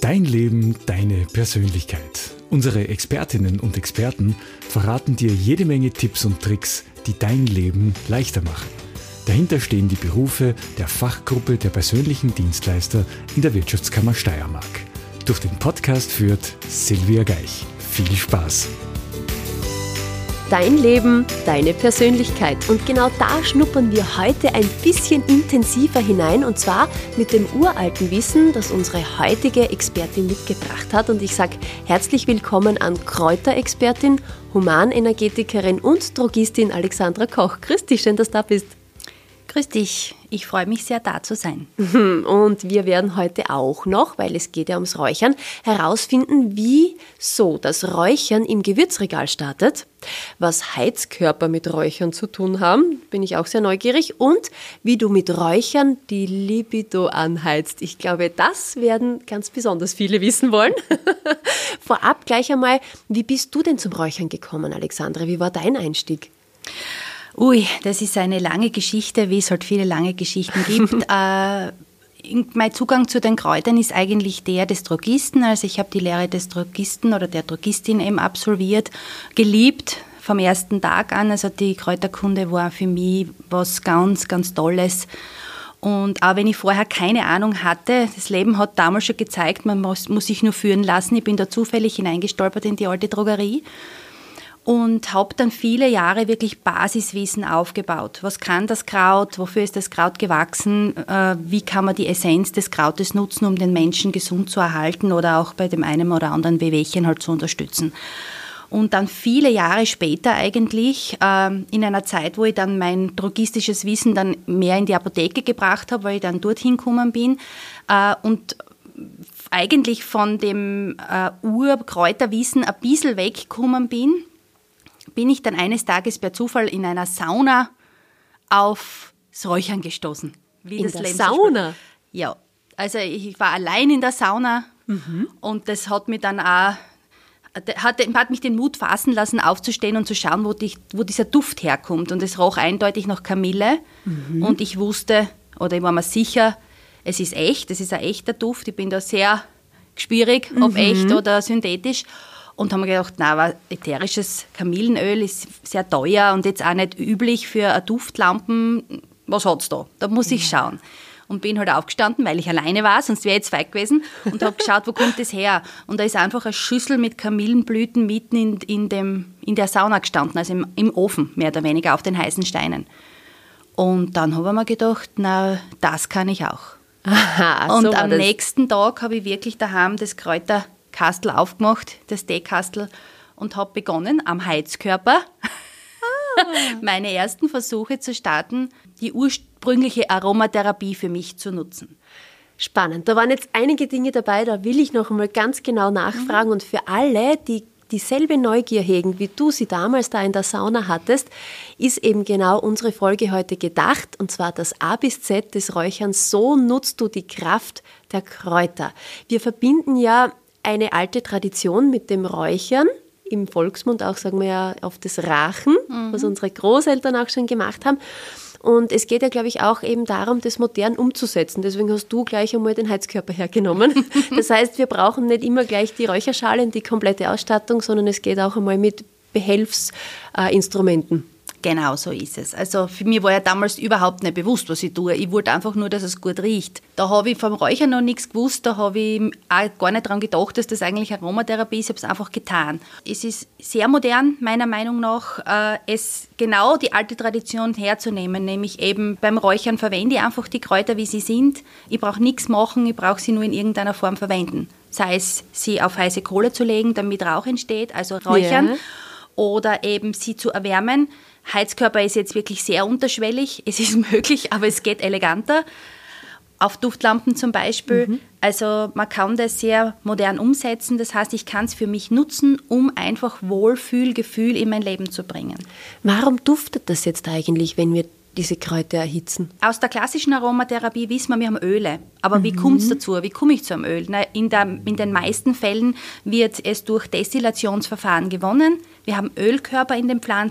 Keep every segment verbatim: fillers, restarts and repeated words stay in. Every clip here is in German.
Dein Leben, deine Persönlichkeit. Unsere Expertinnen und Experten verraten dir jede Menge Tipps und Tricks, die dein Leben leichter machen. Dahinter stehen die Berufe der Fachgruppe der persönlichen Dienstleister in der Wirtschaftskammer Steiermark. Durch den Podcast führt Silvia Geich. Viel Spaß! Dein Leben, deine Persönlichkeit. Und genau da schnuppern wir heute ein bisschen intensiver hinein, und zwar mit dem uralten Wissen, das unsere heutige Expertin mitgebracht hat. Und ich sage herzlich willkommen an Kräuterexpertin, Humanenergetikerin und Drogistin Alexandra Koch. Grüß dich, schön, dass du da bist. Grüß dich, ich freue mich sehr, da zu sein. Und wir werden heute auch noch, weil es geht ja ums Räuchern, herausfinden, wieso das Räuchern im Gewürzregal startet, was Heizkörper mit Räuchern zu tun haben, bin ich auch sehr neugierig, und wie du mit Räuchern die Libido anheizt. Ich glaube, das werden ganz besonders viele wissen wollen. Vorab gleich einmal, wie bist du denn zum Räuchern gekommen, Alexandra? Wie war dein Einstieg? Ui, das ist eine lange Geschichte, wie es halt viele lange Geschichten gibt. äh, mein Zugang zu den Kräutern ist eigentlich der des Drogisten. Also ich habe die Lehre des Drogisten oder der Drogistin eben absolviert, geliebt vom ersten Tag an. Also die Kräuterkunde war für mich was ganz, ganz Tolles. Und auch wenn ich vorher keine Ahnung hatte, das Leben hat damals schon gezeigt, man muss, muss sich nur führen lassen. Ich bin da zufällig hineingestolpert in die alte Drogerie. Und habe dann viele Jahre wirklich Basiswissen aufgebaut. Was kann das Kraut? Wofür ist das Kraut gewachsen? Äh, wie kann man die Essenz des Krautes nutzen, um den Menschen gesund zu erhalten oder auch bei dem einen oder anderen Wehwehchen halt zu unterstützen? Und dann viele Jahre später eigentlich, äh, in einer Zeit, wo ich dann mein drogistisches Wissen dann mehr in die Apotheke gebracht habe, weil ich dann dorthin gekommen bin äh, und eigentlich von dem äh, Urkräuterwissen ein bisschen weggekommen bin, bin ich dann eines Tages per Zufall in einer Sauna aufs Räuchern gestoßen. Wie in das der Leben Sauna? So ja, also ich war allein in der Sauna mhm. und das hat mich dann auch, hat, hat mich den Mut fassen lassen, aufzustehen und zu schauen, wo, die, wo dieser Duft herkommt. Und es roch eindeutig nach Kamille mhm. und ich wusste, oder ich war mir sicher, es ist echt, es ist ein echter Duft. Ich bin da sehr schwierig, ob mhm. echt oder synthetisch. Und haben mir gedacht, na, ätherisches Kamillenöl ist sehr teuer und jetzt auch nicht üblich für eine Duftlampen. Was hat's da? Da muss ich schauen. Und bin halt aufgestanden, weil ich alleine war, sonst wäre ich jetzt weit gewesen, und habe geschaut, wo kommt das her? Und da ist einfach eine Schüssel mit Kamillenblüten mitten in, in, dem, in der Sauna gestanden, also im, im Ofen, mehr oder weniger, auf den heißen Steinen. Und dann habe ich mir gedacht, na, das kann ich auch. Aha, und so am das. nächsten Tag habe ich wirklich daheim das Kräuter Kastel aufgemacht, das Teekastel, und habe begonnen, am Heizkörper ah. meine ersten Versuche zu starten, die ursprüngliche Aromatherapie für mich zu nutzen. Spannend. Da waren jetzt einige Dinge dabei, da will ich noch einmal ganz genau nachfragen. Mhm. Und für alle, die dieselbe Neugier hegen, wie du sie damals da in der Sauna hattest, ist eben genau unsere Folge heute gedacht, und zwar das A bis Z des Räucherns. So nutzt du die Kraft der Kräuter. Wir verbinden ja eine alte Tradition mit dem Räuchern, im Volksmund auch, sagen wir ja, auf das Rachen, mhm. was unsere Großeltern auch schon gemacht haben. Und es geht ja, glaube ich, auch eben darum, das modern umzusetzen. Deswegen hast du gleich einmal den Heizkörper hergenommen. Das heißt, wir brauchen nicht immer gleich die Räucherschale und die komplette Ausstattung, sondern es geht auch einmal mit Behelfsinstrumenten. Genau, so ist es. Also für mich war ja damals überhaupt nicht bewusst, was ich tue. Ich wollte einfach nur, dass es gut riecht. Da habe ich vom Räuchern noch nichts gewusst, da habe ich auch gar nicht daran gedacht, dass das eigentlich Aromatherapie ist. Ich habe es einfach getan. Es ist sehr modern, meiner Meinung nach, es genau die alte Tradition herzunehmen, nämlich eben beim Räuchern verwende ich einfach die Kräuter, wie sie sind. Ich brauche nichts machen, ich brauche sie nur in irgendeiner Form verwenden. Sei es, sie auf heiße Kohle zu legen, damit Rauch entsteht, also räuchern, ja. Oder eben sie zu erwärmen. Heizkörper ist jetzt wirklich sehr unterschwellig. Es ist möglich, aber es geht eleganter. Auf Duftlampen zum Beispiel. Mhm. Also man kann das sehr modern umsetzen. Das heißt, ich kann es für mich nutzen, um einfach Wohlfühlgefühl in mein Leben zu bringen. Warum duftet das jetzt eigentlich, wenn wir diese Kräuter erhitzen? Aus der klassischen Aromatherapie wissen wir, wir haben Öle. Aber mhm. wie kommt es dazu? Wie komme ich zu einem Öl? Na, in, der, in den meisten Fällen wird es durch Destillationsverfahren gewonnen. Wir haben Ölkörper in den Pflanzen,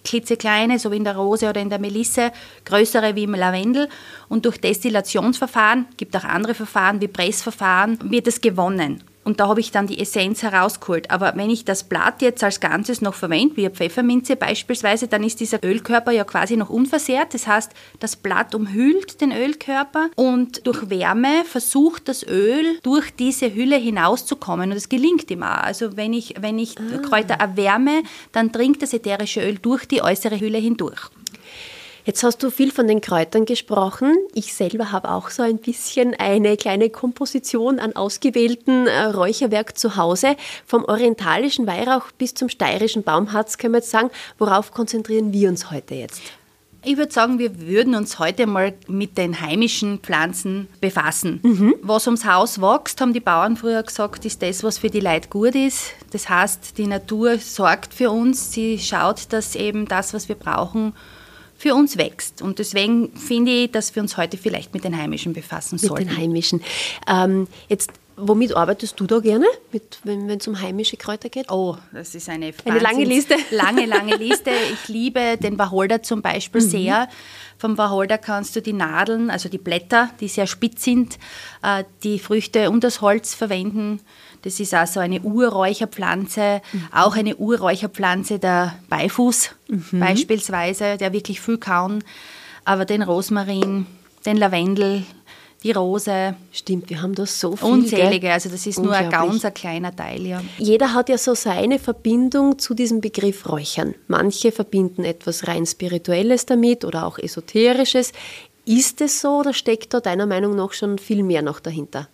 klitzekleine, so wie in der Rose oder in der Melisse, größere wie im Lavendel. Und durch Destillationsverfahren, gibt auch andere Verfahren wie Pressverfahren, wird es gewonnen. Und da habe ich dann die Essenz herausgeholt. Aber wenn ich das Blatt jetzt als Ganzes noch verwende, wie eine Pfefferminze beispielsweise, dann ist dieser Ölkörper ja quasi noch unversehrt. Das heißt, das Blatt umhüllt den Ölkörper und durch Wärme versucht das Öl durch diese Hülle hinauszukommen. Und es gelingt immer. Also wenn ich, wenn ich ah. Kräuter erwärme, dann dringt das ätherische Öl durch die äußere Hülle hindurch. Jetzt hast du viel von den Kräutern gesprochen. Ich selber habe auch so ein bisschen eine kleine Komposition an ausgewählten äh, Räucherwerk zu Hause. Vom orientalischen Weihrauch bis zum steirischen Baumharz können wir jetzt sagen, worauf konzentrieren wir uns heute jetzt? Ich würde sagen, wir würden uns heute mal mit den heimischen Pflanzen befassen. Mhm. Was ums Haus wächst, haben die Bauern früher gesagt, ist das, was für die Leute gut ist. Das heißt, die Natur sorgt für uns. Sie schaut, dass eben das, was wir brauchen, für uns wächst. Und deswegen finde ich, dass wir uns heute vielleicht mit den Heimischen befassen sollten. Mit den Heimischen. Ähm, jetzt, womit arbeitest du da gerne, mit, wenn es um heimische Kräuter geht? Oh, das ist eine, eine lange Liste. Lange, lange Liste. Ich liebe den Wacholder zum Beispiel mhm. sehr. Vom Wacholder kannst du die Nadeln, also die Blätter, die sehr spitz sind, die Früchte und das Holz verwenden. Das ist also eine Urräucherpflanze, mhm. auch eine Urräucherpflanze der Beifuß mhm. beispielsweise, der wirklich viel kauen. Aber den Rosmarin, den Lavendel, die Rose. Stimmt, wir haben da so viele. Unzählige, also das ist nur ein ganz ein kleiner Teil. Ja. Jeder hat ja so seine Verbindung zu diesem Begriff Räuchern. Manche verbinden etwas rein Spirituelles damit oder auch Esoterisches. Ist es so oder steckt da deiner Meinung nach schon viel mehr noch dahinter?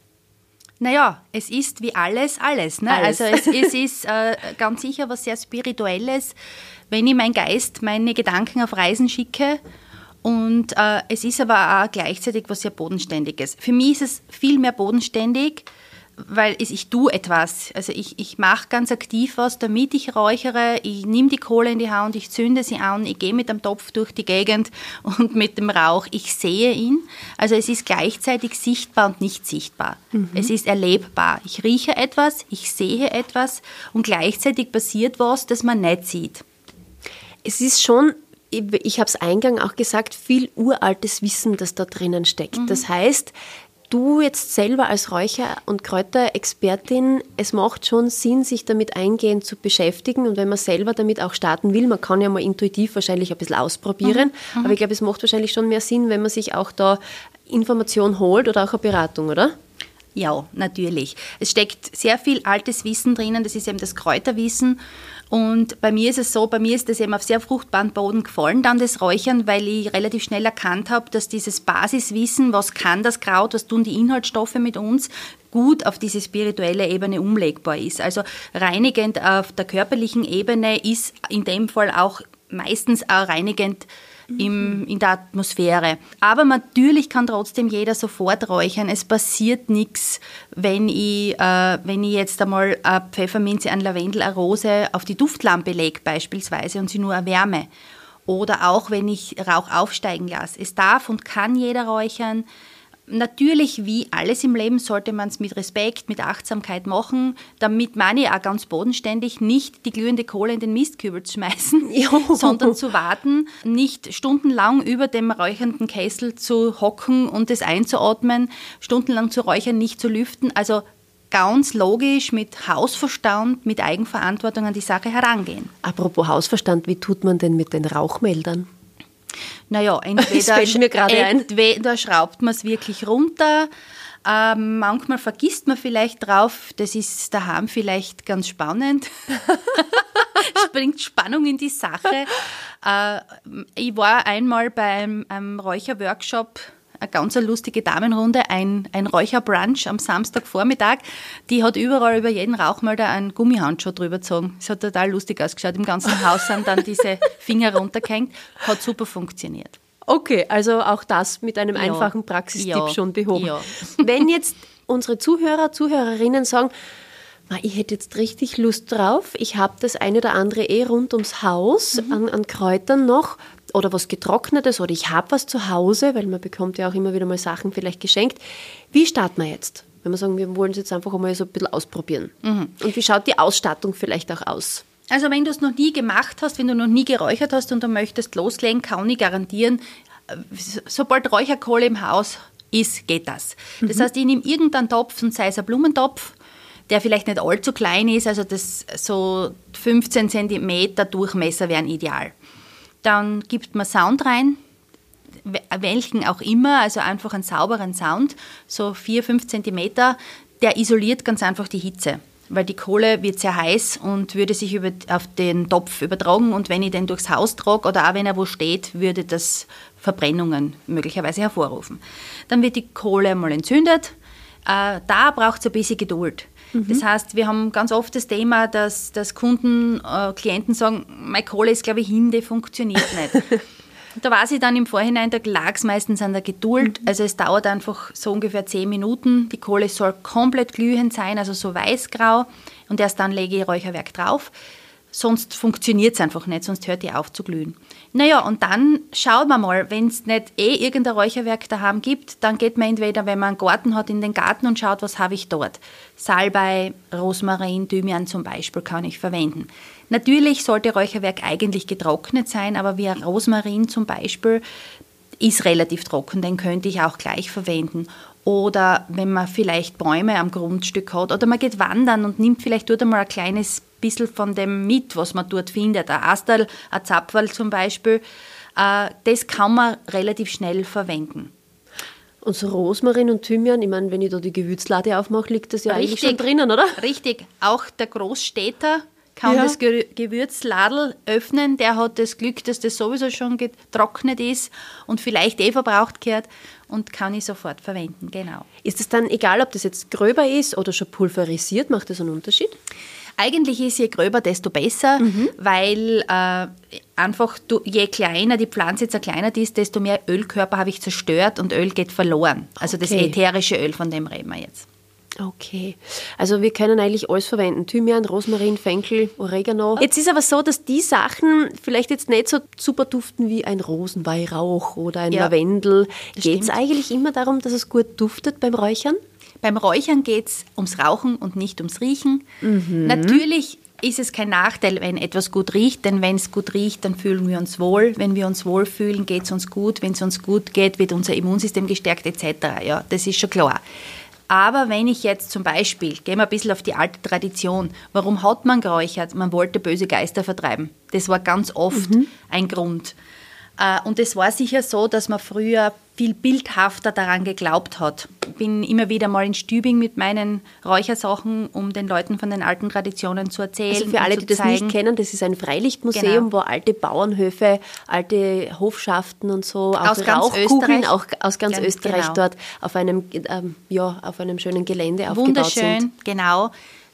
Naja, es ist wie alles, alles. Ne? alles. Also es, es ist äh, ganz sicher was sehr Spirituelles, wenn ich meinen Geist, meine Gedanken auf Reisen schicke. Und äh, es ist aber auch gleichzeitig was sehr Bodenständiges. Für mich ist es viel mehr bodenständig, weil es, ich tue etwas. Also ich, ich mache ganz aktiv was, damit ich räuchere. Ich nehme die Kohle in die Hand, ich zünde sie an, ich gehe mit dem Topf durch die Gegend und mit dem Rauch. Ich sehe ihn. Also es ist gleichzeitig sichtbar und nicht sichtbar. Mhm. Es ist erlebbar. Ich rieche etwas, ich sehe etwas und gleichzeitig passiert was, das man nicht sieht. Es ist schon, ich habe es eingangs auch gesagt, viel uraltes Wissen, das da drinnen steckt. Mhm. Das heißt, du jetzt selber als Räucher- und Kräuterexpertin, es macht schon Sinn, sich damit eingehend zu beschäftigen. Und wenn man selber damit auch starten will, man kann ja mal intuitiv wahrscheinlich ein bisschen ausprobieren, mhm. aber ich glaube, es macht wahrscheinlich schon mehr Sinn, wenn man sich auch da Information holt oder auch eine Beratung, oder? Ja, natürlich. Es steckt sehr viel altes Wissen drinnen, das ist eben das Kräuterwissen. Und bei mir ist es so, bei mir ist das eben auf sehr fruchtbaren Boden gefallen, dann das Räuchern, weil ich relativ schnell erkannt habe, dass dieses Basiswissen, was kann das Kraut, was tun die Inhaltsstoffe mit uns, gut auf diese spirituelle Ebene umlegbar ist. Also reinigend auf der körperlichen Ebene ist in dem Fall auch meistens auch reinigend Im, in der Atmosphäre. Aber natürlich kann trotzdem jeder sofort räuchern. Es passiert nichts, wenn ich, äh, wenn ich jetzt einmal eine Pfefferminze, ein Lavendel, eine Rose auf die Duftlampe lege beispielsweise und sie nur erwärme. Oder auch, wenn ich Rauch aufsteigen lasse. Es darf und kann jeder räuchern. Natürlich, wie alles im Leben, sollte man es mit Respekt, mit Achtsamkeit machen, damit man ja auch ganz bodenständig nicht die glühende Kohle in den Mistkübel zu schmeißen, jo. sondern zu warten, nicht stundenlang über dem räuchernden Kessel zu hocken und es einzuatmen, stundenlang zu räuchern, nicht zu lüften. Also ganz logisch mit Hausverstand, mit Eigenverantwortung an die Sache herangehen. Apropos Hausverstand, wie tut man denn mit den Rauchmeldern? Naja, entweder, mir gerade entweder schraubt man es wirklich runter, äh, manchmal vergisst man vielleicht drauf, das ist daheim vielleicht ganz spannend, bringt Spannung in die Sache. Äh, ich war einmal bei einem, einem Räucherworkshop, eine ganz lustige Damenrunde, ein, ein Räucherbrunch am Samstagvormittag. Die hat überall über jeden Rauchmelder einen Gummihandschuh drüber gezogen. Es hat total lustig ausgeschaut. Im ganzen Haus sind dann diese Finger runtergehängt. Hat super funktioniert. Okay, also auch das mit einem ja. einfachen Praxistipp ja. schon behoben. Ja. Wenn jetzt unsere Zuhörer, Zuhörerinnen sagen, ich hätte jetzt richtig Lust drauf, ich habe das eine oder andere eh rund ums Haus mhm. an, an Kräutern noch, oder was Getrocknetes oder ich habe was zu Hause, weil man bekommt ja auch immer wieder mal Sachen vielleicht geschenkt. Wie starten wir jetzt? Wenn wir sagen, wir wollen es jetzt einfach einmal so ein bisschen ausprobieren. Mhm. Und wie schaut die Ausstattung vielleicht auch aus? Also wenn du es noch nie gemacht hast, wenn du noch nie geräuchert hast und du möchtest loslegen, kann ich garantieren, sobald Räucherkohle im Haus ist, geht das. Mhm. Das heißt, ich nehme irgendeinen Topf, und sei es ein Blumentopf, der vielleicht nicht allzu klein ist, also das so fünfzehn Zentimeter Durchmesser wären ideal. Dann gibt man Sound rein, welchen auch immer, also einfach einen sauberen Sound, so vier, fünf Zentimeter, der isoliert ganz einfach die Hitze. Weil die Kohle wird sehr heiß und würde sich über, auf den Topf übertragen und wenn ich den durchs Haus trage oder auch wenn er wo steht, würde das Verbrennungen möglicherweise hervorrufen. Dann wird die Kohle einmal entzündet. Äh, da braucht es ein bisschen Geduld. Mhm. Das heißt, wir haben ganz oft das Thema, dass, dass Kunden, äh, Klienten sagen, meine Kohle ist, glaube ich, hin, die funktioniert nicht. Da weiß ich dann im Vorhinein, da lag es meistens an der Geduld. Also es dauert einfach so ungefähr zehn Minuten. Die Kohle soll komplett glühend sein, also so weißgrau. Und erst dann lege ich Räucherwerk drauf. Sonst funktioniert es einfach nicht, sonst hört die auf zu glühen. Naja, und dann schauen wir mal, wenn es nicht eh irgendein Räucherwerk daheim gibt, dann geht man entweder, wenn man einen Garten hat, in den Garten und schaut, was habe ich dort. Salbei, Rosmarin, Thymian zum Beispiel kann ich verwenden. Natürlich sollte Räucherwerk eigentlich getrocknet sein, aber wie ein Rosmarin zum Beispiel ist relativ trocken, den könnte ich auch gleich verwenden. Oder wenn man vielleicht Bäume am Grundstück hat oder man geht wandern und nimmt vielleicht dort einmal ein kleines bisschen von dem mit, was man dort findet. Ein Astal, ein Zapferl zum Beispiel, das kann man relativ schnell verwenden. Und so Rosmarin und Thymian, ich meine, wenn ich da die Gewürzlade aufmache, liegt das ja Richtig, eigentlich schon drinnen, oder? Richtig, auch der Großstädter kann Ja. das Ge- Gewürzladel öffnen, der hat das Glück, dass das sowieso schon getrocknet ist und vielleicht eh verbraucht gehört und kann ich sofort verwenden, genau. Ist es dann egal, ob das jetzt gröber ist oder schon pulverisiert, macht das einen Unterschied? Eigentlich ist je gröber, desto besser, mhm. weil äh, einfach du, je kleiner die Pflanze zerkleinert ist, desto mehr Ölkörper habe ich zerstört und Öl geht verloren. Also das Okay. ätherische Öl, von dem reden wir jetzt. Okay, also wir können eigentlich alles verwenden. Thymian, Rosmarin, Fenchel, Oregano. Jetzt ist aber so, dass die Sachen vielleicht jetzt nicht so super duften wie ein Rosenweihrauch oder ein Ja, Lavendel. das Geht es stimmt. eigentlich immer darum, dass es gut duftet beim Räuchern? Beim Räuchern geht es ums Rauchen und nicht ums Riechen. Mhm. Natürlich ist es kein Nachteil, wenn etwas gut riecht, denn wenn es gut riecht, dann fühlen wir uns wohl. Wenn wir uns wohlfühlen, geht es uns gut. Wenn es uns gut geht, wird unser Immunsystem gestärkt et cetera. Ja, das ist schon klar. Aber wenn ich jetzt zum Beispiel, gehen wir ein bisschen auf die alte Tradition, warum hat man geräuchert? Man wollte böse Geister vertreiben. Das war ganz oft mhm. ein Grund. Und es war sicher so, dass man früher viel bildhafter daran geglaubt hat. Ich bin immer wieder mal in Stübing mit meinen Räuchersachen, um den Leuten von den alten Traditionen zu erzählen. Also für alle, die das nicht kennen, das ist ein Freilichtmuseum, Genau. wo alte Bauernhöfe, alte Hofschaften und so, auch Aus ganz Rauchkugeln, Österreich. auch aus ganz Ganz Österreich genau. dort auf einem, ähm, ja, auf einem schönen Gelände aufgebaut sind. Wunderschön, genau.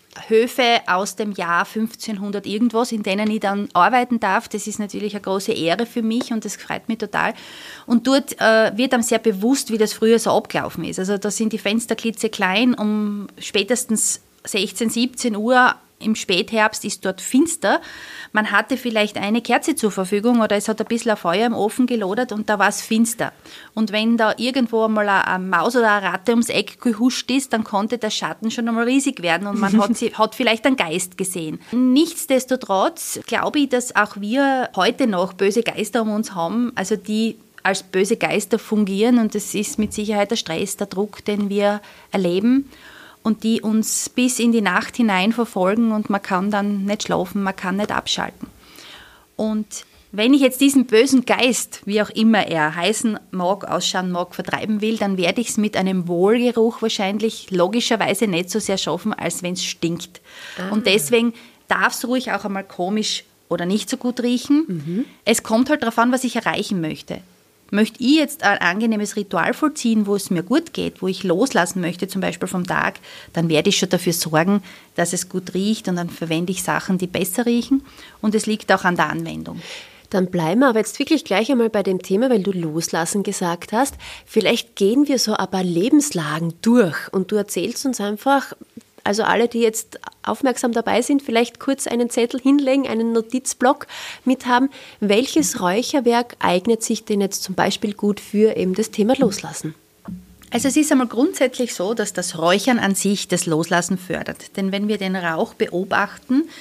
Höfe aus dem Jahr fünfzehnhundert irgendwas, in denen ich dann arbeiten darf. Das ist natürlich eine große Ehre für mich und das freut mich total. Und dort äh, wird einem sehr bewusst, wie das früher so abgelaufen ist. Also da sind die Fenster klitzeklein, um spätestens sechzehn, siebzehn Uhr im Spätherbst ist dort finster. Man hatte vielleicht eine Kerze zur Verfügung oder es hat ein bisschen ein Feuer im Ofen gelodert und da war es finster. Und wenn da irgendwo einmal eine Maus oder eine Ratte ums Eck gehuscht ist, dann konnte der Schatten schon einmal riesig werden und man hat, sie, hat vielleicht einen Geist gesehen. Nichtsdestotrotz glaube ich, dass auch wir heute noch böse Geister um uns haben, also die als böse Geister fungieren und das ist mit Sicherheit der Stress, der Druck, den wir erleben. Und die uns bis in die Nacht hinein verfolgen und man kann dann nicht schlafen, man kann nicht abschalten. Und wenn ich jetzt diesen bösen Geist, wie auch immer er heißen mag, ausschauen mag, vertreiben will, dann werde ich es mit einem Wohlgeruch wahrscheinlich logischerweise nicht so sehr schaffen, als wenn es stinkt. Ah. Und deswegen darf es ruhig auch einmal komisch oder nicht so gut riechen. Mhm. Es kommt halt darauf an, was ich erreichen möchte. Möchte ich jetzt ein angenehmes Ritual vollziehen, wo es mir gut geht, wo ich loslassen möchte, zum Beispiel vom Tag, dann werde ich schon dafür sorgen, dass es gut riecht und dann verwende ich Sachen, die besser riechen und es liegt auch an der Anwendung. Dann bleiben wir aber jetzt wirklich gleich einmal bei dem Thema, weil du loslassen gesagt hast. Vielleicht gehen wir so ein paar Lebenslagen durch und du erzählst uns einfach, also alle, die jetzt aufmerksam dabei sind, vielleicht kurz einen Zettel hinlegen, einen Notizblock mithaben. Welches Räucherwerk eignet sich denn jetzt zum Beispiel gut für eben das Thema Loslassen? Also es ist einmal grundsätzlich so, dass das Räuchern an sich das Loslassen fördert. Denn wenn wir den Rauch beobachten,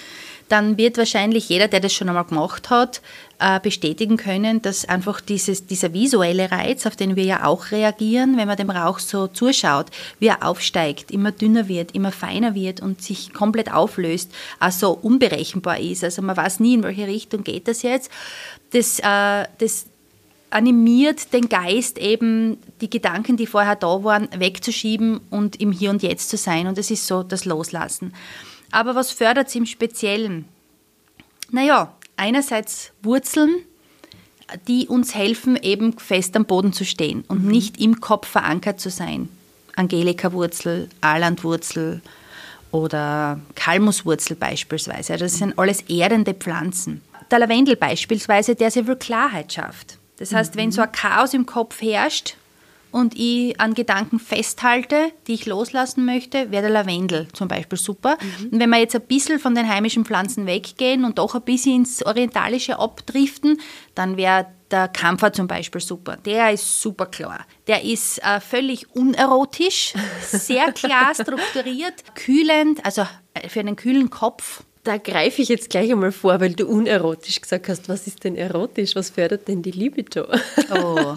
dann wird wahrscheinlich jeder, der das schon einmal gemacht hat, bestätigen können, dass einfach dieses, dieser visuelle Reiz, auf den wir ja auch reagieren, wenn man dem Rauch so zuschaut, wie er aufsteigt, immer dünner wird, immer feiner wird und sich komplett auflöst, also unberechenbar ist. Also man weiß nie, in welche Richtung geht das jetzt. Das, äh, das animiert den Geist eben, die Gedanken, die vorher da waren, wegzuschieben und im Hier und Jetzt zu sein. Und das ist so das Loslassen. Aber was fördert es im Speziellen? Naja, einerseits Wurzeln, die uns helfen, eben fest am Boden zu stehen und mhm. nicht im Kopf verankert zu sein. Angelika-Wurzel, Alandwurzel oder Kalmuswurzel beispielsweise. Das sind alles erdende Pflanzen. Der Lavendel beispielsweise, der sehr viel Klarheit schafft. Das heißt, mhm. wenn so ein Chaos im Kopf herrscht und ich an Gedanken festhalte, die ich loslassen möchte, wäre der Lavendel zum Beispiel super. Mhm. Und wenn wir jetzt ein bisschen von den heimischen Pflanzen weggehen und doch ein bisschen ins Orientalische abdriften, dann wäre der Kampfer zum Beispiel super. Der ist super klar. Der ist äh, völlig unerotisch, sehr klar strukturiert, kühlend, also für einen kühlen Kopf. Da greife ich jetzt gleich einmal vor, weil du unerotisch gesagt hast. Was ist denn erotisch? Was fördert denn die Libido? Oh.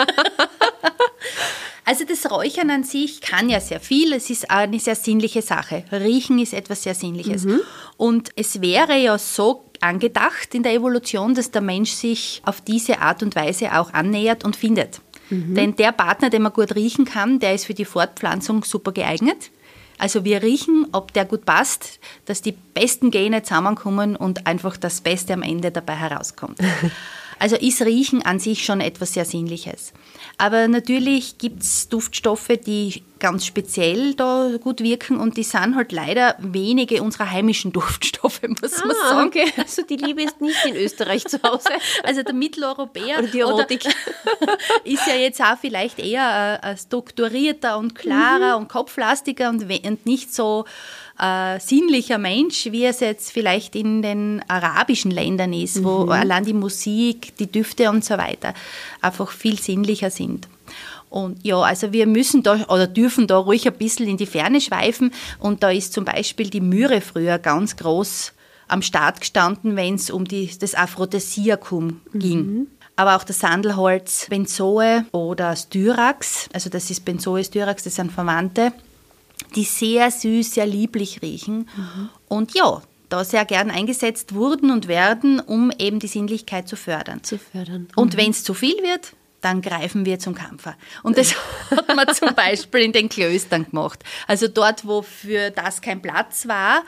Also das Räuchern an sich kann ja sehr viel. Es ist eine sehr sinnliche Sache. Riechen ist etwas sehr Sinnliches. Mhm. Und es wäre ja so angedacht in der Evolution, dass der Mensch sich auf diese Art und Weise auch annähert und findet. Mhm. Denn der Partner, den man gut riechen kann, der ist für die Fortpflanzung super geeignet. Also wir riechen, ob der gut passt, dass die besten Gene zusammenkommen und einfach das Beste am Ende dabei herauskommt. Also ist Riechen an sich schon etwas sehr Sinnliches. Aber natürlich gibt es Duftstoffe, die ganz speziell da gut wirken und die sind halt leider wenige unserer heimischen Duftstoffe, muss ah, man sagen. Okay. Also die Liebe ist nicht in Österreich zu Hause. Also der Mitteleuropäer oder die Erotik oder ist ja jetzt auch vielleicht eher äh, strukturierter und klarer mhm. und kopflastiger und, und nicht so äh, sinnlicher Mensch, wie es jetzt vielleicht in den arabischen Ländern ist, mhm. wo allein die Musik, die Düfte und so weiter einfach viel sinnlicher sind. Und ja, also wir müssen da oder dürfen da ruhig ein bisschen in die Ferne schweifen und da ist zum Beispiel die Myrrhe früher ganz groß am Start gestanden, wenn es um die, das Aphrodisiakum mhm. ging. Aber auch das Sandelholz, Benzoe oder Styrax, also das ist Benzoe, Styrax, das sind Verwandte, die sehr süß, sehr lieblich riechen mhm. und ja, da sehr gern eingesetzt wurden und werden, um eben die Sinnlichkeit zu fördern. Zu fördern. Mhm. Und wenn es zu viel wird, dann greifen wir zum Kampfer. Und das hat man zum Beispiel in den Klöstern gemacht. Also dort, wo für das kein Platz war,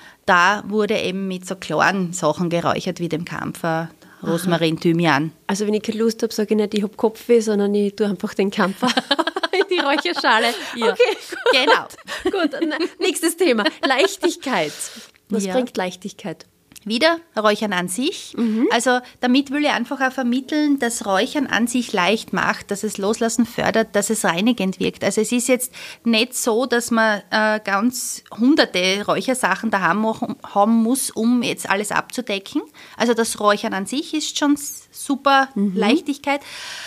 da wurde eben mit so klaren Sachen geräuchert wie dem Kampfer, Rosmarin, Thymian. Also wenn ich keine Lust habe, sage ich nicht, ich habe Kopfweh, sondern ich tue einfach den Kampfer in die Räucherschale. Ja. Okay, gut. Genau. Gut, nächstes Thema. Leichtigkeit. Was ja. bringt Leichtigkeit? Wieder Räuchern an sich. Mhm. Also damit will ich einfach auch vermitteln, dass Räuchern an sich leicht macht, dass es Loslassen fördert, dass es reinigend wirkt. Also es ist jetzt nicht so, dass man äh, ganz hunderte Räuchersachen daheim machen, haben muss, um jetzt alles abzudecken. Also das Räuchern an sich ist schon super mhm. Leichtigkeit.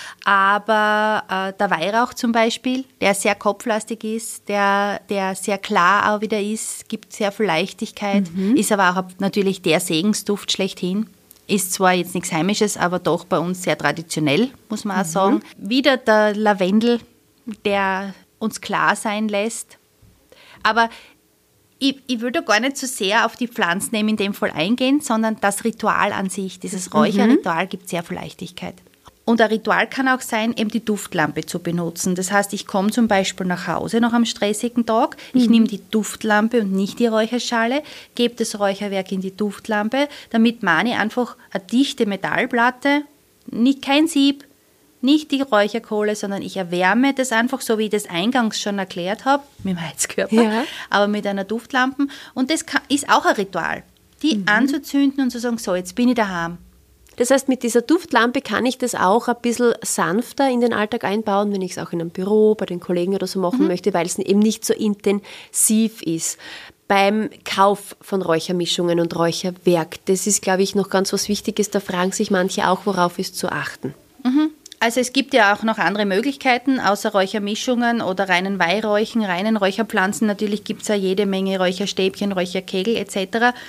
Aber äh, der Weihrauch zum Beispiel, der sehr kopflastig ist, der, der sehr klar auch wieder ist, gibt sehr viel Leichtigkeit, mhm. ist aber auch natürlich der Segensduft schlechthin. Ist zwar jetzt nichts Heimisches, aber doch bei uns sehr traditionell, muss man auch mhm. sagen. Wieder der Lavendel, der uns klar sein lässt. Aber ich, ich will da gar nicht so sehr auf die Pflanzen in dem Fall eingehen, sondern das Ritual an sich, dieses Räucherritual, mhm. gibt sehr viel Leichtigkeit. Und ein Ritual kann auch sein, eben die Duftlampe zu benutzen. Das heißt, ich komme zum Beispiel nach Hause nach einem stressigen Tag, ich mhm. nehme die Duftlampe und nicht die Räucherschale, gebe das Räucherwerk in die Duftlampe, damit mahne ich einfach eine dichte Metallplatte, nicht kein Sieb, nicht die Räucherkohle, sondern ich erwärme das einfach, so wie ich das eingangs schon erklärt habe, mit dem Heizkörper, ja. aber mit einer Duftlampe. Und das kann, ist auch ein Ritual, die mhm. anzuzünden und zu sagen, so, jetzt bin ich daheim. Das heißt, mit dieser Duftlampe kann ich das auch ein bisschen sanfter in den Alltag einbauen, wenn ich es auch in einem Büro, bei den Kollegen oder so machen mhm. möchte, weil es eben nicht so intensiv ist. Beim Kauf von Räuchermischungen und Räucherwerk, das ist, glaube ich, noch ganz was Wichtiges. Da fragen sich manche auch, worauf ist zu achten. Mhm. Also es gibt ja auch noch andere Möglichkeiten, außer Räuchermischungen oder reinen Weihräuchen, reinen Räucherpflanzen. Natürlich gibt es ja jede Menge Räucherstäbchen, Räucherkegel et cetera,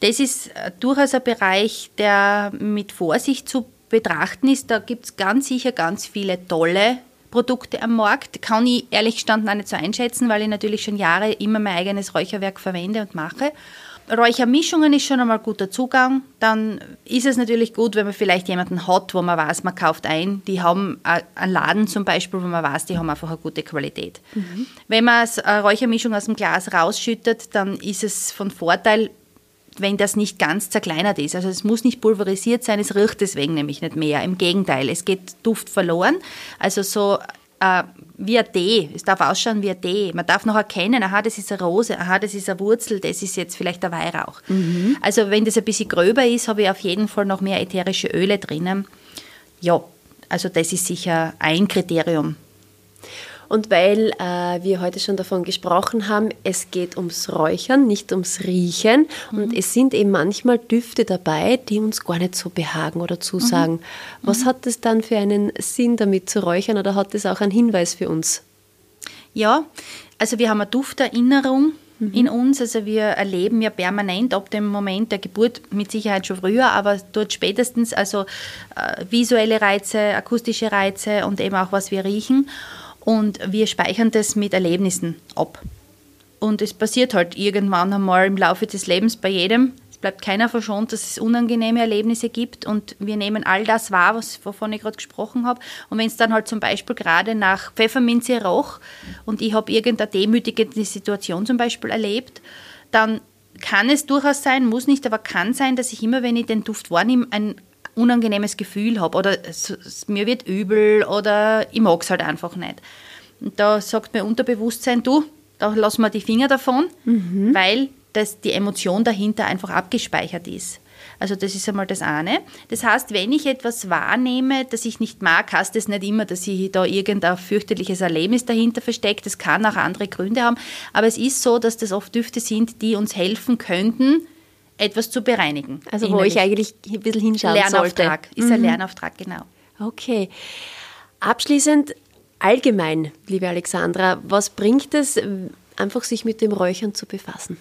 Das ist durchaus ein Bereich, der mit Vorsicht zu betrachten ist. Da gibt es ganz sicher ganz viele tolle Produkte am Markt. Kann ich ehrlich gestanden auch nicht so einschätzen, weil ich natürlich schon Jahre immer mein eigenes Räucherwerk verwende und mache. Räuchermischungen ist schon einmal ein guter Zugang. Dann ist es natürlich gut, wenn man vielleicht jemanden hat, wo man weiß, man kauft ein. Die haben einen Laden zum Beispiel, wo man weiß, die haben einfach eine gute Qualität. Mhm. Wenn man eine Räuchermischung aus dem Glas rausschüttet, dann ist es von Vorteil, wenn das nicht ganz zerkleinert ist. Also es muss nicht pulverisiert sein, es riecht deswegen nämlich nicht mehr. Im Gegenteil, es geht Duft verloren. Also so äh, wie ein Tee, es darf ausschauen wie ein Tee. Man darf noch erkennen, aha, das ist eine Rose, aha, das ist eine Wurzel, das ist jetzt vielleicht ein Weihrauch. Mhm. Also wenn das ein bisschen gröber ist, habe ich auf jeden Fall noch mehr ätherische Öle drinnen. Ja, also das ist sicher ein Kriterium. Und weil äh, wir heute schon davon gesprochen haben, es geht ums Räuchern, nicht ums Riechen. Mhm. Und es sind eben manchmal Düfte dabei, die uns gar nicht so behagen oder zusagen. Mhm. Was mhm. hat es dann für einen Sinn, damit zu räuchern, oder hat es auch einen Hinweis für uns? Ja, also wir haben eine Dufterinnerung mhm. in uns. Also wir erleben ja permanent ab dem Moment der Geburt, mit Sicherheit schon früher, aber dort spätestens also äh, visuelle Reize, akustische Reize und eben auch was wir riechen. Und wir speichern das mit Erlebnissen ab. Und es passiert halt irgendwann einmal im Laufe des Lebens bei jedem. Es bleibt keiner verschont, dass es unangenehme Erlebnisse gibt. Und wir nehmen all das wahr, was, wovon ich gerade gesprochen habe. Und wenn es dann halt zum Beispiel gerade nach Pfefferminze roch und ich habe irgendeine demütigende Situation zum Beispiel erlebt, dann kann es durchaus sein, muss nicht, aber kann sein, dass ich immer, wenn ich den Duft wahrnehme, ein unangenehmes Gefühl habe oder es, es, mir wird übel oder ich mag es halt einfach nicht. Und da sagt mir Unterbewusstsein, du, da lassen wir die Finger davon, mhm. weil das, die Emotion dahinter einfach abgespeichert ist. Also das ist einmal das eine. Das heißt, wenn ich etwas wahrnehme, das ich nicht mag, heißt das nicht immer, dass ich da irgendein fürchterliches Erlebnis dahinter versteckt. Das kann auch andere Gründe haben. Aber es ist so, dass das oft Düfte sind, die uns helfen könnten, etwas zu bereinigen. Also wo ich eigentlich ein bisschen hinschauen Lernauftrag, sollte. ist ein Lernauftrag, genau. Okay. Abschließend allgemein, liebe Alexandra, was bringt es, einfach sich mit dem Räuchern zu befassen?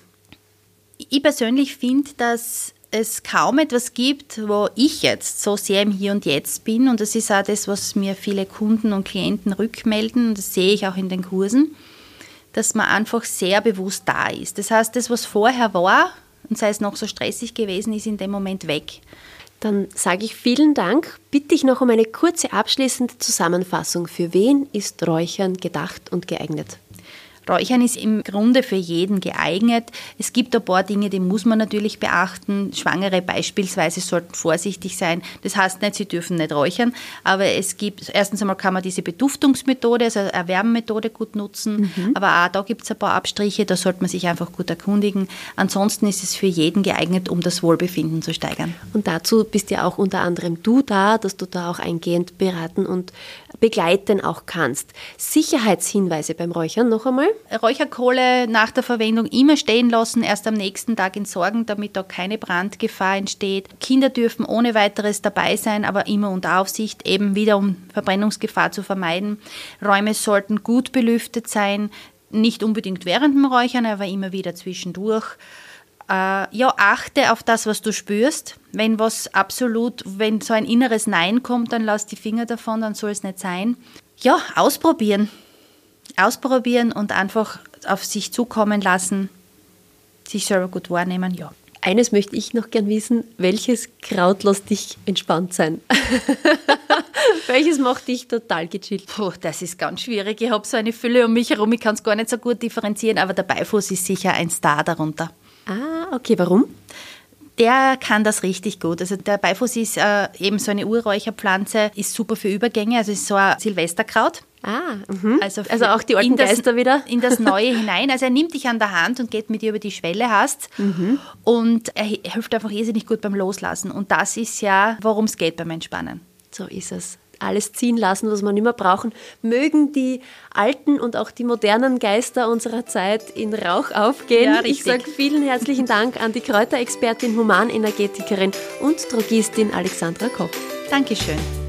Ich persönlich finde, dass es kaum etwas gibt, wo ich jetzt so sehr im Hier und Jetzt bin. Und das ist auch das, was mir viele Kunden und Klienten rückmelden. Und das sehe ich auch in den Kursen, dass man einfach sehr bewusst da ist. Das heißt, das, was vorher war, und sei es noch so stressig gewesen, ist in dem Moment weg. Dann sage ich vielen Dank. Bitte ich noch um eine kurze abschließende Zusammenfassung. Für wen ist Räuchern gedacht und geeignet? Räuchern ist im Grunde für jeden geeignet. Es gibt ein paar Dinge, die muss man natürlich beachten. Schwangere beispielsweise sollten vorsichtig sein. Das heißt nicht, sie dürfen nicht räuchern, aber es gibt, erstens einmal kann man diese Beduftungsmethode, also Erwärmmethode gut nutzen, mhm. aber auch da gibt es ein paar Abstriche, da sollte man sich einfach gut erkundigen. Ansonsten ist es für jeden geeignet, um das Wohlbefinden zu steigern. Und dazu bist ja auch unter anderem du da, dass du da auch eingehend beraten und begleiten auch kannst. Sicherheitshinweise beim Räuchern noch einmal? Räucherkohle nach der Verwendung immer stehen lassen, erst am nächsten Tag entsorgen, damit da keine Brandgefahr entsteht. Kinder dürfen ohne weiteres dabei sein, aber immer unter Aufsicht, eben wieder um Verbrennungsgefahr zu vermeiden. Räume sollten gut belüftet sein, nicht unbedingt während dem Räuchern, aber immer wieder zwischendurch. Äh, ja, achte auf das, was du spürst. Wenn was absolut, wenn so ein inneres Nein kommt, dann lass die Finger davon, dann soll es nicht sein. Ja, ausprobieren. Ausprobieren und einfach auf sich zukommen lassen, sich selber gut wahrnehmen, ja. Eines möchte ich noch gern wissen, welches Kraut lässt dich entspannt sein? Welches macht dich total gechillt? Puh, das ist ganz schwierig. Ich habe so eine Fülle um mich herum, ich kann es gar nicht so gut differenzieren, aber der Beifuß ist sicher ein Star darunter. Ah, okay, warum? Der kann das richtig gut. Also der Beifuß ist äh, eben so eine Urräucherpflanze, ist super für Übergänge, also ist so ein Silvesterkraut. Ah, mhm. also, also auch die alten das, Geister wieder? In das Neue hinein. Also er nimmt dich an der Hand und geht mit dir über die Schwelle, hast. Mhm. Und er hilft einfach irrsinnig gut beim Loslassen. Und das ist ja, worum es geht beim Entspannen. So ist es. Alles ziehen lassen, was wir nicht mehr brauchen. Mögen die alten und auch die modernen Geister unserer Zeit in Rauch aufgehen. Ja, ich sage vielen herzlichen Dank an die Kräuterexpertin, Humanenergetikerin und Drogistin Alexandra Koch. Dankeschön.